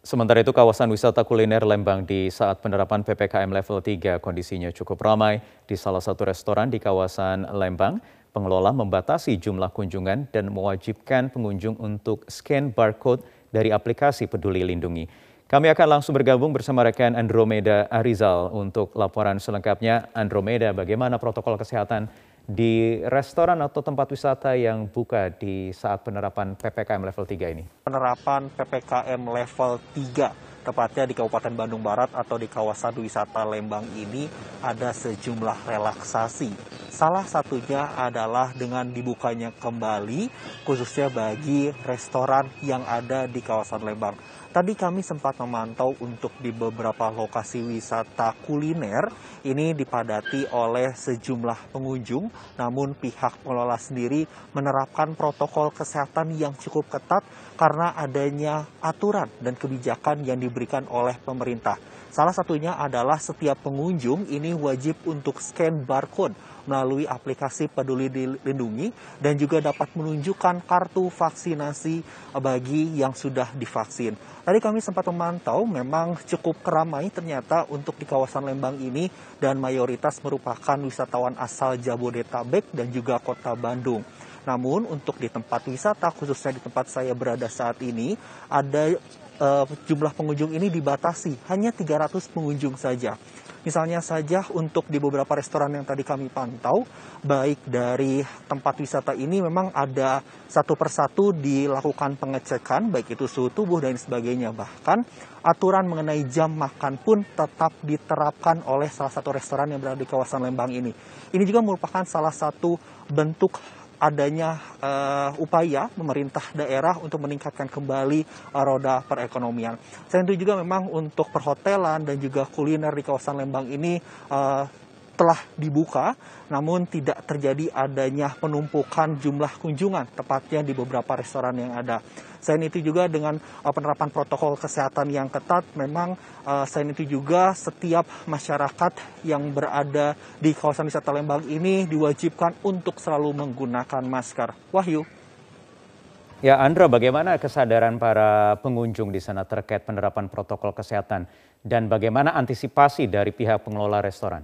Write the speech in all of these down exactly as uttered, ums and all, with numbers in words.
Sementara itu, kawasan wisata kuliner Lembang di saat penerapan P P K M level tiga kondisinya cukup ramai. Di salah satu restoran di kawasan Lembang, pengelola membatasi jumlah kunjungan dan mewajibkan pengunjung untuk scan barcode dari aplikasi Peduli Lindungi. Kami akan langsung bergabung bersama rekan Andromeda Arizal untuk laporan selengkapnya. Andromeda, bagaimana protokol kesehatan di restoran atau tempat wisata yang buka di saat penerapan P P K M level tiga ini? Penerapan P P K M level tiga, tepatnya di Kabupaten Bandung Barat atau di kawasan wisata Lembang ini ada sejumlah relaksasi. Salah satunya adalah dengan dibukanya kembali khususnya bagi restoran yang ada di kawasan Lembang. Tadi kami sempat memantau untuk di beberapa lokasi wisata kuliner ini dipadati oleh sejumlah pengunjung, namun pihak pengelola sendiri menerapkan protokol kesehatan yang cukup ketat karena adanya aturan dan kebijakan yang diberikan oleh pemerintah. Salah satunya adalah setiap pengunjung ini wajib untuk scan barcode melalui aplikasi Peduli Lindungi dan juga dapat menunjukkan kartu vaksinasi bagi yang sudah divaksin. Tadi kami sempat memantau memang cukup ramai ternyata untuk di kawasan Lembang ini dan mayoritas merupakan wisatawan asal Jabodetabek dan juga Kota Bandung. Namun untuk di tempat wisata khususnya di tempat saya berada saat ini ada uh, jumlah pengunjung ini dibatasi hanya tiga ratus pengunjung saja. Misalnya saja untuk di beberapa restoran yang tadi kami pantau, baik dari tempat wisata ini memang ada satu persatu dilakukan pengecekan, baik itu suhu tubuh dan sebagainya. Bahkan aturan mengenai jam makan pun tetap diterapkan oleh salah satu restoran yang berada di kawasan Lembang ini. Ini juga merupakan salah satu bentuk adanya uh, upaya pemerintah daerah untuk meningkatkan kembali uh, roda perekonomian. Selain itu juga memang untuk perhotelan dan juga kuliner di kawasan Lembang ini uh, telah dibuka, namun tidak terjadi adanya penumpukan jumlah kunjungan, tepatnya di beberapa restoran yang ada. Selain itu juga dengan uh, penerapan protokol kesehatan yang ketat, memang uh, selain itu juga setiap masyarakat yang berada di kawasan wisata Lembang ini diwajibkan untuk selalu menggunakan masker. Wahyu. Ya, Andra, bagaimana kesadaran para pengunjung di sana terkait penerapan protokol kesehatan dan bagaimana antisipasi dari pihak pengelola restoran?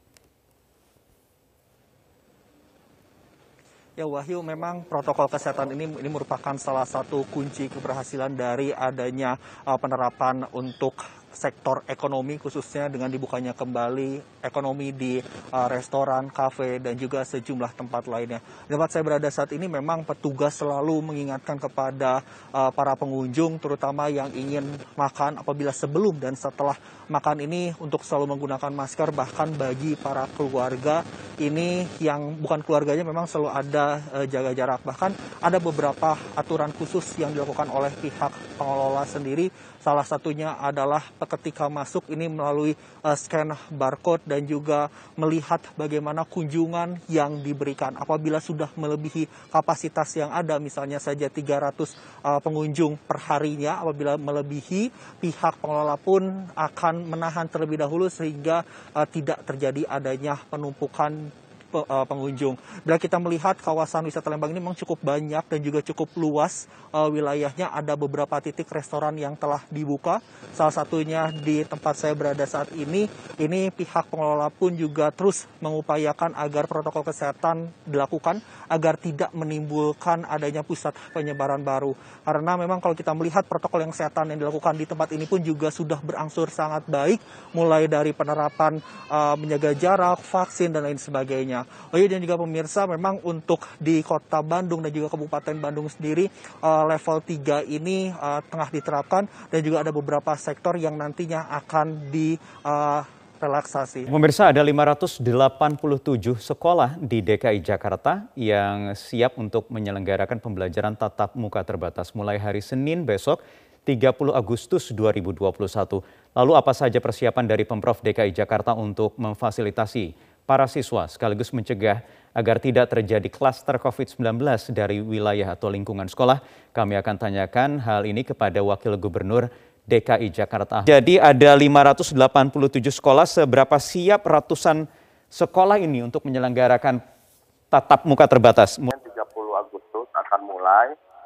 Ya Wahyu, memang protokol kesehatan ini ini merupakan salah satu kunci keberhasilan dari adanya uh, penerapan untuk sektor ekonomi, khususnya dengan dibukanya kembali ekonomi di uh, restoran, kafe, dan juga sejumlah tempat lainnya. Di tempat saya berada saat ini memang petugas selalu mengingatkan kepada uh, para pengunjung, terutama yang ingin makan apabila sebelum dan setelah makan ini untuk selalu menggunakan masker. Bahkan bagi para keluarga ini yang bukan keluarganya memang selalu ada uh, jaga jarak. Bahkan ada beberapa aturan khusus yang dilakukan oleh pihak pengelola sendiri. Salah satunya adalah ketika masuk ini melalui uh, scan barcode dan juga melihat bagaimana kunjungan yang diberikan. Apabila sudah melebihi kapasitas yang ada, misalnya saja tiga ratus uh, pengunjung per harinya, apabila melebihi, pihak pengelola pun akan menahan terlebih dahulu sehingga uh, tidak terjadi adanya penumpukan pengunjung. Bila kita melihat kawasan wisata Lembang ini memang cukup banyak dan juga cukup luas uh, wilayahnya. Ada beberapa titik restoran yang telah dibuka. Salah satunya di tempat saya berada saat ini. Ini pihak pengelola pun juga terus mengupayakan agar protokol kesehatan dilakukan agar tidak menimbulkan adanya pusat penyebaran baru. Karena memang kalau kita melihat protokol yang kesehatan yang dilakukan di tempat ini pun juga sudah berangsur sangat baik, mulai dari penerapan uh, menjaga jarak, vaksin dan lain sebagainya. Oh iya, dan juga pemirsa, memang untuk di Kota Bandung dan juga Kabupaten Bandung sendiri uh, level tiga ini uh, tengah diterapkan dan juga ada beberapa sektor yang nantinya akan di uh, relaksasi. Pemirsa, ada lima ratus delapan puluh tujuh sekolah di D K I Jakarta yang siap untuk menyelenggarakan pembelajaran tatap muka terbatas mulai hari Senin besok tiga puluh Agustus dua ribu dua puluh satu. Lalu apa saja persiapan dari Pemprov D K I Jakarta untuk memfasilitasi para siswa sekaligus mencegah agar tidak terjadi klaster covid sembilan belas dari wilayah atau lingkungan sekolah? Kami akan tanyakan hal ini kepada Wakil Gubernur D K I Jakarta. Jadi ada lima ratus delapan puluh tujuh sekolah, seberapa siap ratusan sekolah ini untuk menyelenggarakan tatap muka terbatas? tiga puluh Agustus akan mulai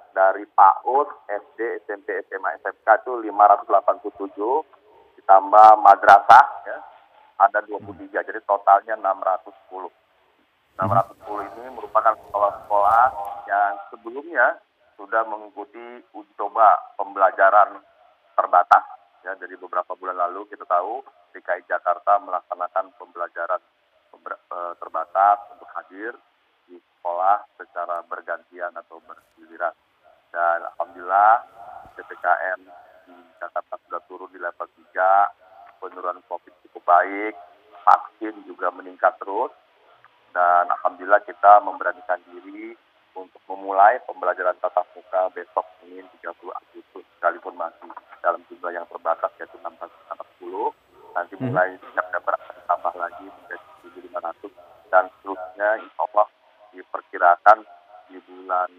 dari PAUD, S D, S M P, S M A, S M K itu lima ratus delapan puluh tujuh, ditambah madrasah ya, ada dua puluh tiga, jadi totalnya enam ratus sepuluh. enam ratus sepuluh ini merupakan sekolah-sekolah yang sebelumnya sudah mengikuti uji coba pembelajaran terbatas. Ya, dari beberapa bulan lalu kita tahu D K I Jakarta melaksanakan pembelajaran terbatas untuk hadir di sekolah secara bergantian atau bergiliran. Dan alhamdulillah P P K M di Jakarta sudah turun di level tiga, penurunan COVID cukup baik, vaksin juga meningkat terus, dan alhamdulillah kita memberanikan diri untuk memulai pembelajaran tatap muka besok Senin tiga puluh Agustus, sekalipun masih dalam jumlah yang terbatas yaitu enam ratus sepuluh, nanti mulai September akan ditambah lagi menjadi seribu lima ratus, dan seterusnya insya Allah diperkirakan di bulan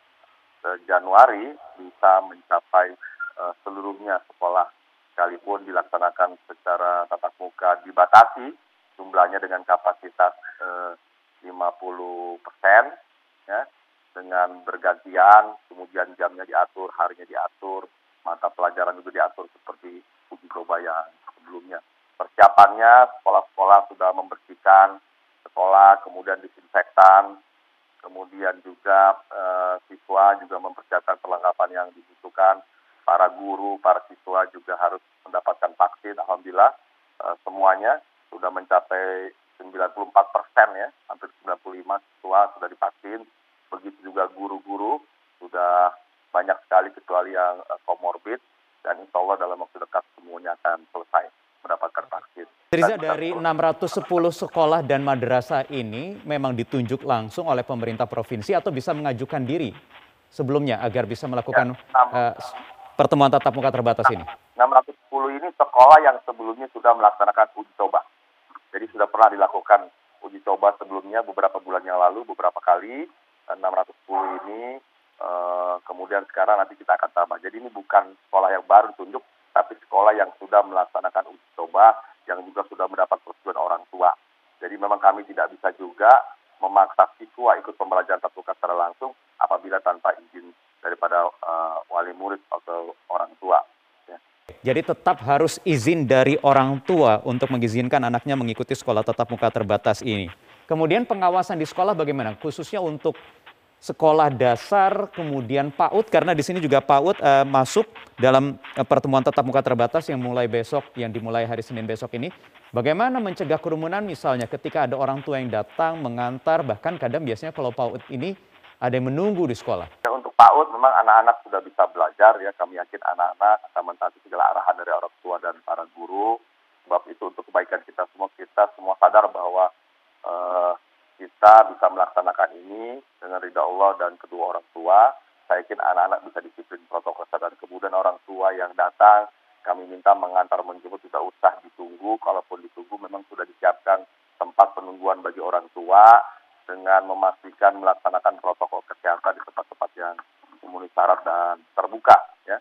eh, Januari bisa mencapai eh, seluruhnya sekolah, sekalipun dilaksanakan secara tatap muka dibatasi jumlahnya dengan kapasitas eh, lima puluh persen ya, dengan bergantian, kemudian jamnya diatur, harinya diatur, mata pelajaran juga diatur seperti uji coba yang sebelumnya. Persiapannya sekolah-sekolah sudah membersihkan sekolah, kemudian disinfektan, kemudian juga eh, siswa juga mempersiapkan perlengkapan yang dibutuhkan, para guru, para siswa juga harus mendapatkan vaksin. Alhamdulillah eh, semuanya sudah mencapai sembilan puluh empat persen ya, hampir sembilan puluh lima siswa sudah divaksin. Begitu juga guru-guru sudah banyak sekali kecuali yang komorbid, dan insya Allah dalam waktu dekat semuanya akan selesai mendapatkan vaksin. Riza, dari enam ratus sepuluh sekolah dan madrasah ini memang ditunjuk langsung oleh pemerintah provinsi atau bisa mengajukan diri sebelumnya agar bisa melakukan ya, uh, pertemuan tatap muka terbatas ini? enam ratus sepuluh ini sekolah yang sebelumnya sudah melaksanakan uji coba. Jadi sudah pernah dilakukan uji coba sebelumnya beberapa bulan yang lalu, beberapa kali. Dan enam ratus sepuluh ini uh, kemudian sekarang nanti kita akan tambah. Jadi ini bukan sekolah yang baru ditunjuk, tapi sekolah yang sudah melaksanakan uji coba, yang juga sudah mendapat persetujuan orang tua. Jadi memang kami tidak bisa juga memaksa siswa ikut pembelajaran tatap muka secara langsung apabila tanpa izin daripada uh, wali murid atau orang tua. Ya. Jadi tetap harus izin dari orang tua untuk mengizinkan anaknya mengikuti sekolah tatap muka terbatas ini. Kemudian pengawasan di sekolah bagaimana? Khususnya untuk sekolah dasar, kemudian PAUD, karena di sini juga PAUD uh, masuk dalam uh, pertemuan tatap muka terbatas yang mulai besok, yang dimulai hari Senin besok ini. Bagaimana mencegah kerumunan misalnya ketika ada orang tua yang datang, mengantar, bahkan kadang biasanya kalau PAUD ini ada yang menunggu di sekolah. Ya, untuk PAUD memang anak-anak sudah bisa belajar ya, kami yakin anak-anak akan mentaati segala arahan dari orang tua dan para guru. Sebab itu untuk kebaikan kita semua, kita semua sadar bahwa uh, kita bisa melaksanakan ini dengan ridha Allah dan kedua orang tua. Saya yakin anak-anak bisa disiplin protokol kesehatan. Kemudian orang tua yang datang, kami minta mengantar menjemput, tidak usah ditunggu. Kalaupun ditunggu memang sudah disiapkan tempat penungguan bagi orang tua dengan memastikan melaksanakan protokol kesehatan di tempat-tempat yang memenuhi syarat dan terbuka. Ya.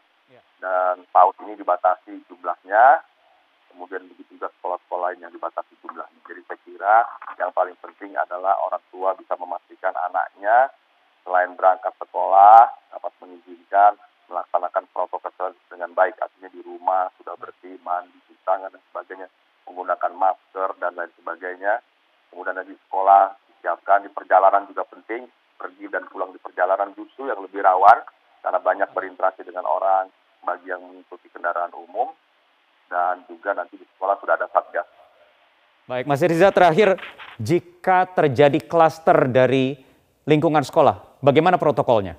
Dan PAUD ini dibatasi jumlahnya. Kemudian begitu juga sekolah-sekolah lain yang dibatasi jumlahnya. Jadi saya kira yang paling penting adalah orang tua bisa memastikan anaknya selain berangkat sekolah dapat mengizinkan melaksanakan protokol kesehatan dengan baik. Artinya di rumah sudah bersih, mandi, cuci tangan dan sebagainya, menggunakan masker dan lain sebagainya. Kemudian di sekolah disiapkan, di perjalanan juga penting, pergi dan pulang di perjalanan justru yang lebih rawan karena banyak berinteraksi dengan orang bagi yang mengikuti kendaraan umum. Dan juga nanti di sekolah sudah ada satgas. Baik, Mas Riza, terakhir, jika terjadi klaster dari lingkungan sekolah, bagaimana protokolnya?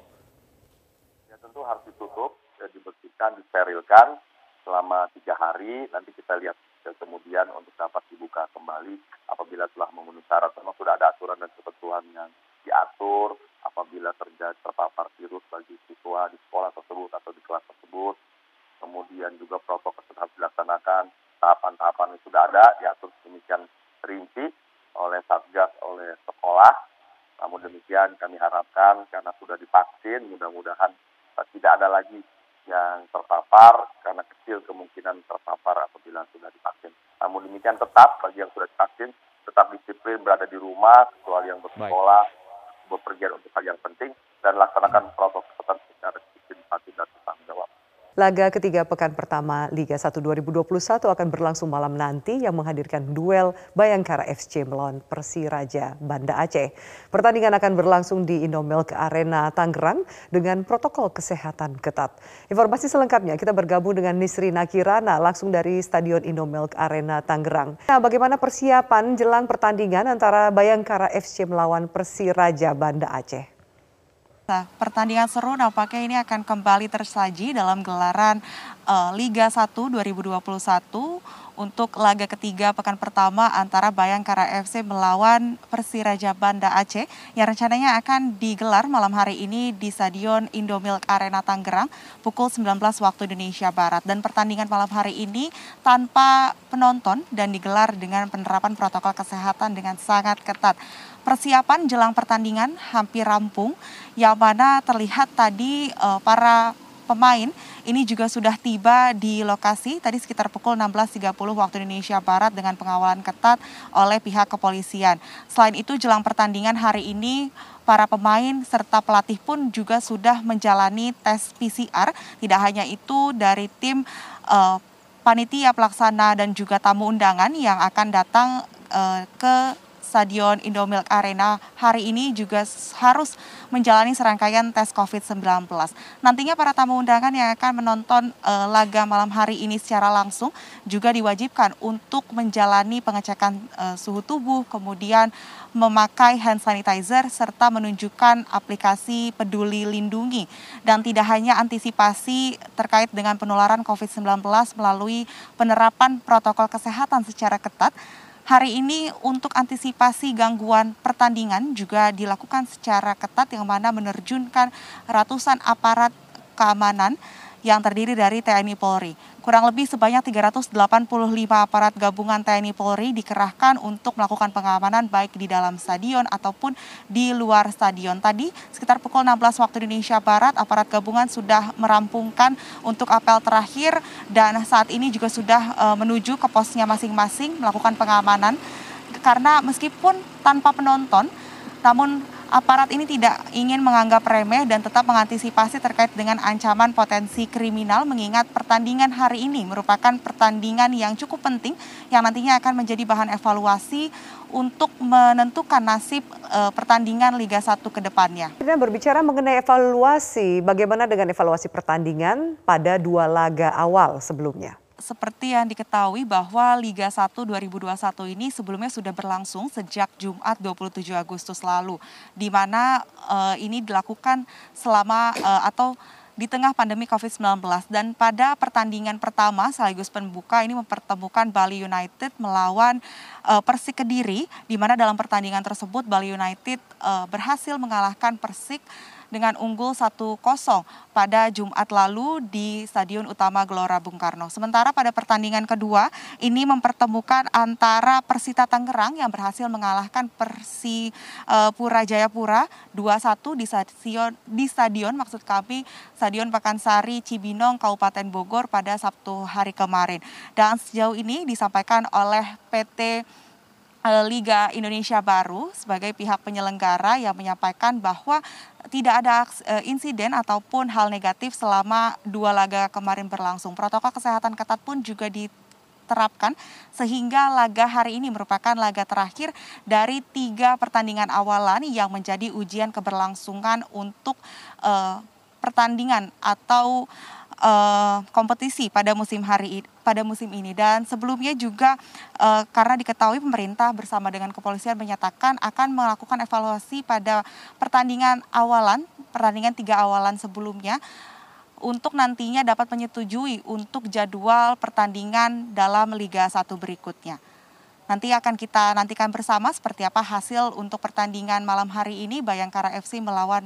Ya tentu harus ditutup, ya, dibersihkan, disterilkan selama tiga hari. Nanti kita lihat ya, kemudian untuk dapat dibuka kembali apabila telah memenuhi syarat. Memang sudah ada aturan dan ketentuan yang diatur apabila terjadi terpapar virus bagi siswa di sekolah tersebut atau di kelas tersebut. Kemudian juga protokol kesehatan harus dilaksanakan, tahapan-tahapan yang sudah ada diatur demikian rinci oleh satgas, oleh sekolah. Namun demikian kami harapkan karena sudah divaksin, mudah-mudahan tidak ada lagi yang terpapar karena kecil kemungkinan terpapar apabila sudah divaksin. Namun demikian tetap bagi yang sudah divaksin tetap disiplin berada di rumah, kecuali yang bersekolah, bepergian untuk hal yang penting. dan laksanakan protokol kesehatan secara disiplin, patuh, dan bertanggung jawab. Laga ketiga pekan pertama Liga satu dua ribu dua puluh satu akan berlangsung malam nanti yang menghadirkan duel Bayangkara F C melawan Persiraja Banda Aceh. Pertandingan akan berlangsung di Indomilk Arena Tangerang dengan protokol kesehatan ketat. Informasi selengkapnya kita bergabung dengan Nisrina Kirana langsung dari Stadion Indomilk Arena Tangerang. Nah, bagaimana persiapan jelang pertandingan antara Bayangkara F C melawan Persiraja Banda Aceh? Nah, pertandingan seru nampaknya ini akan kembali tersaji dalam gelaran uh, Liga satu dua ribu dua puluh satu untuk laga ketiga pekan pertama antara Bayangkara F C melawan Persiraja Banda Aceh yang rencananya akan digelar malam hari ini di Stadion Indomilk Arena Tangerang pukul sembilan belas waktu Indonesia Barat. Dan pertandingan malam hari ini tanpa penonton dan digelar dengan penerapan protokol kesehatan dengan sangat ketat. Persiapan jelang pertandingan hampir rampung, yang mana terlihat tadi uh, para pemain ini juga sudah tiba di lokasi tadi sekitar pukul enam belas tiga puluh waktu Indonesia Barat dengan pengawalan ketat oleh pihak kepolisian. Selain itu jelang pertandingan hari ini para pemain serta pelatih pun juga sudah menjalani tes P C R. Tidak hanya itu, dari tim uh, panitia pelaksana dan juga tamu undangan yang akan datang uh, ke Stadion Indomilk Arena hari ini juga harus menjalani serangkaian tes covid sembilan belas. Nantinya para tamu undangan yang akan menonton uh, laga malam hari ini secara langsung juga diwajibkan untuk menjalani pengecekan uh, suhu tubuh, kemudian memakai hand sanitizer serta menunjukkan aplikasi Peduli Lindungi. Dan tidak hanya antisipasi terkait dengan penularan covid sembilan belas melalui penerapan protokol kesehatan secara ketat, hari ini untuk antisipasi gangguan pertandingan juga dilakukan secara ketat yang mana menerjunkan ratusan aparat keamanan yang terdiri dari T N I Polri. Kurang lebih sebanyak tiga ratus delapan puluh lima aparat gabungan T N I Polri dikerahkan untuk melakukan pengamanan baik di dalam stadion ataupun di luar stadion. Tadi sekitar pukul enam belas waktu Indonesia Barat, aparat gabungan sudah merampungkan untuk apel terakhir dan saat ini juga sudah uh, menuju ke posnya masing-masing melakukan pengamanan. Karena meskipun tanpa penonton, namun aparat ini tidak ingin menganggap remeh dan tetap mengantisipasi terkait dengan ancaman potensi kriminal, mengingat pertandingan hari ini merupakan pertandingan yang cukup penting yang nantinya akan menjadi bahan evaluasi untuk menentukan nasib e, pertandingan Liga satu ke depannya. Kita berbicara mengenai evaluasi, bagaimana dengan evaluasi pertandingan pada dua laga awal sebelumnya? Seperti yang diketahui bahwa Liga satu dua ribu dua puluh satu ini sebelumnya sudah berlangsung sejak Jumat dua puluh tujuh Agustus lalu, di mana uh, ini dilakukan selama uh, atau di tengah pandemi covid sembilan belas. Dan pada pertandingan pertama sekaligus pembuka ini mempertemukan Bali United melawan uh, Persik Kediri, di mana dalam pertandingan tersebut Bali United uh, berhasil mengalahkan Persik dengan unggul satu kosong pada Jumat lalu di Stadion Utama Gelora Bung Karno. Sementara pada pertandingan kedua ini mempertemukan antara Persita Tangerang yang berhasil mengalahkan Persipura Jayapura dua satu di stadion di stadion maksud kami Stadion Pakansari Cibinong Kabupaten Bogor pada Sabtu hari kemarin. Dan sejauh ini disampaikan oleh P T Liga Indonesia Baru sebagai pihak penyelenggara yang menyampaikan bahwa tidak ada insiden ataupun hal negatif selama dua laga kemarin berlangsung. Protokol kesehatan ketat pun juga diterapkan sehingga laga hari ini merupakan laga terakhir dari tiga pertandingan awalan yang menjadi ujian keberlangsungan untuk uh, pertandingan atau uh, kompetisi pada musim hari ini. pada musim ini. Dan sebelumnya juga uh, karena diketahui pemerintah bersama dengan kepolisian menyatakan akan melakukan evaluasi pada pertandingan awalan, pertandingan tiga awalan sebelumnya untuk nantinya dapat menyetujui untuk jadwal pertandingan dalam Liga satu berikutnya. Nanti akan kita nantikan bersama seperti apa hasil untuk pertandingan malam hari ini Bayangkara F C melawan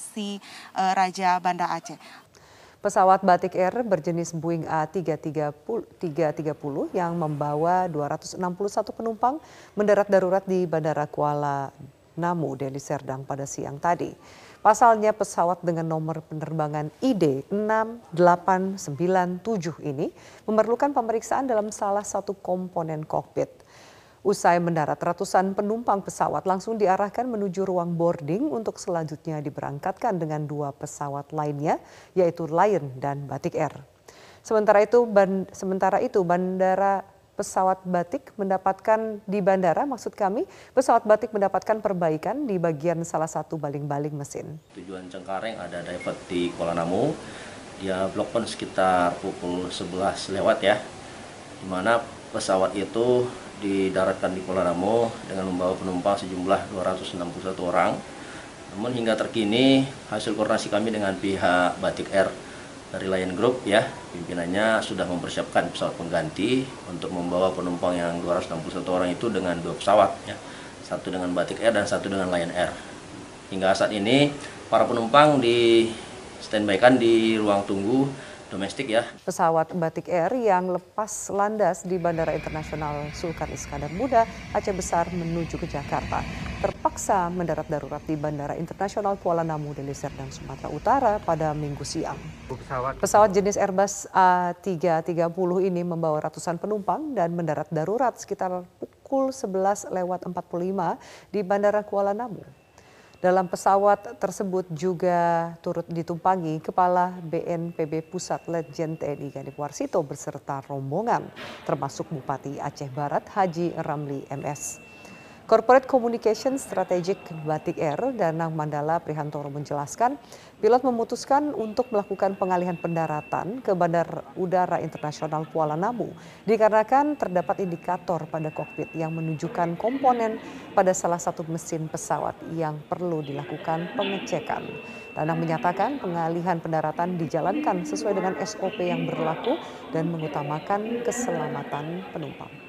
Persiraja Banda Aceh. Pesawat Batik Air berjenis Boeing A tiga tiga nol yang membawa dua ratus enam puluh satu penumpang mendarat darurat di Bandara Kuala Namu, Deli Serdang pada siang tadi. Pasalnya pesawat dengan nomor penerbangan I D enam delapan sembilan tujuh ini memerlukan pemeriksaan dalam salah satu komponen kokpit. Usai mendarat, ratusan penumpang pesawat langsung diarahkan menuju ruang boarding untuk selanjutnya diberangkatkan dengan dua pesawat lainnya, yaitu Lion dan Batik Air. Sementara itu, ban, sementara itu bandara pesawat Batik mendapatkan di bandara, maksud kami, pesawat Batik mendapatkan perbaikan di bagian salah satu baling-baling mesin. Tujuan Cengkareng ada divert di Kuala Namu, dia blok on sekitar pukul sebelas lewat ya, di mana pesawat itu didaratkan di Kuala Namu dengan membawa penumpang sejumlah dua ratus enam puluh satu orang. Namun hingga terkini hasil koordinasi kami dengan pihak Batik Air dari Lion Group ya, pimpinannya sudah mempersiapkan pesawat pengganti untuk membawa penumpang yang dua ratus enam puluh satu orang itu dengan dua pesawat ya, satu dengan Batik Air dan satu dengan Lion Air. Hingga saat ini para penumpang di standby-kan di ruang tunggu domestik ya. Pesawat Batik Air yang lepas landas di Bandara Internasional Sultan Iskandar Muda Aceh Besar menuju ke Jakarta terpaksa mendarat darurat di Bandara Internasional Kuala Namu, Deli Serdang, Sumatera Utara pada Minggu siang. Pesawat, Pesawat jenis Airbus A tiga ratus tiga puluh ini membawa ratusan penumpang dan mendarat darurat sekitar pukul sebelas lewat empat puluh lima di Bandara Kuala Namu. Dalam pesawat tersebut juga turut ditumpangi Kepala B N P B Pusat Letjen T N I Ganip Warsito beserta rombongan, termasuk Bupati Aceh Barat Haji Ramli M S. Corporate Communication Strategic Batik Air Danang Mandala Prihantoro menjelaskan, pilot memutuskan untuk melakukan pengalihan pendaratan ke Bandar Udara Internasional Kuala Namu dikarenakan terdapat indikator pada kokpit yang menunjukkan komponen pada salah satu mesin pesawat yang perlu dilakukan pengecekan. Danang menyatakan pengalihan pendaratan dijalankan sesuai dengan S O P yang berlaku dan mengutamakan keselamatan penumpang.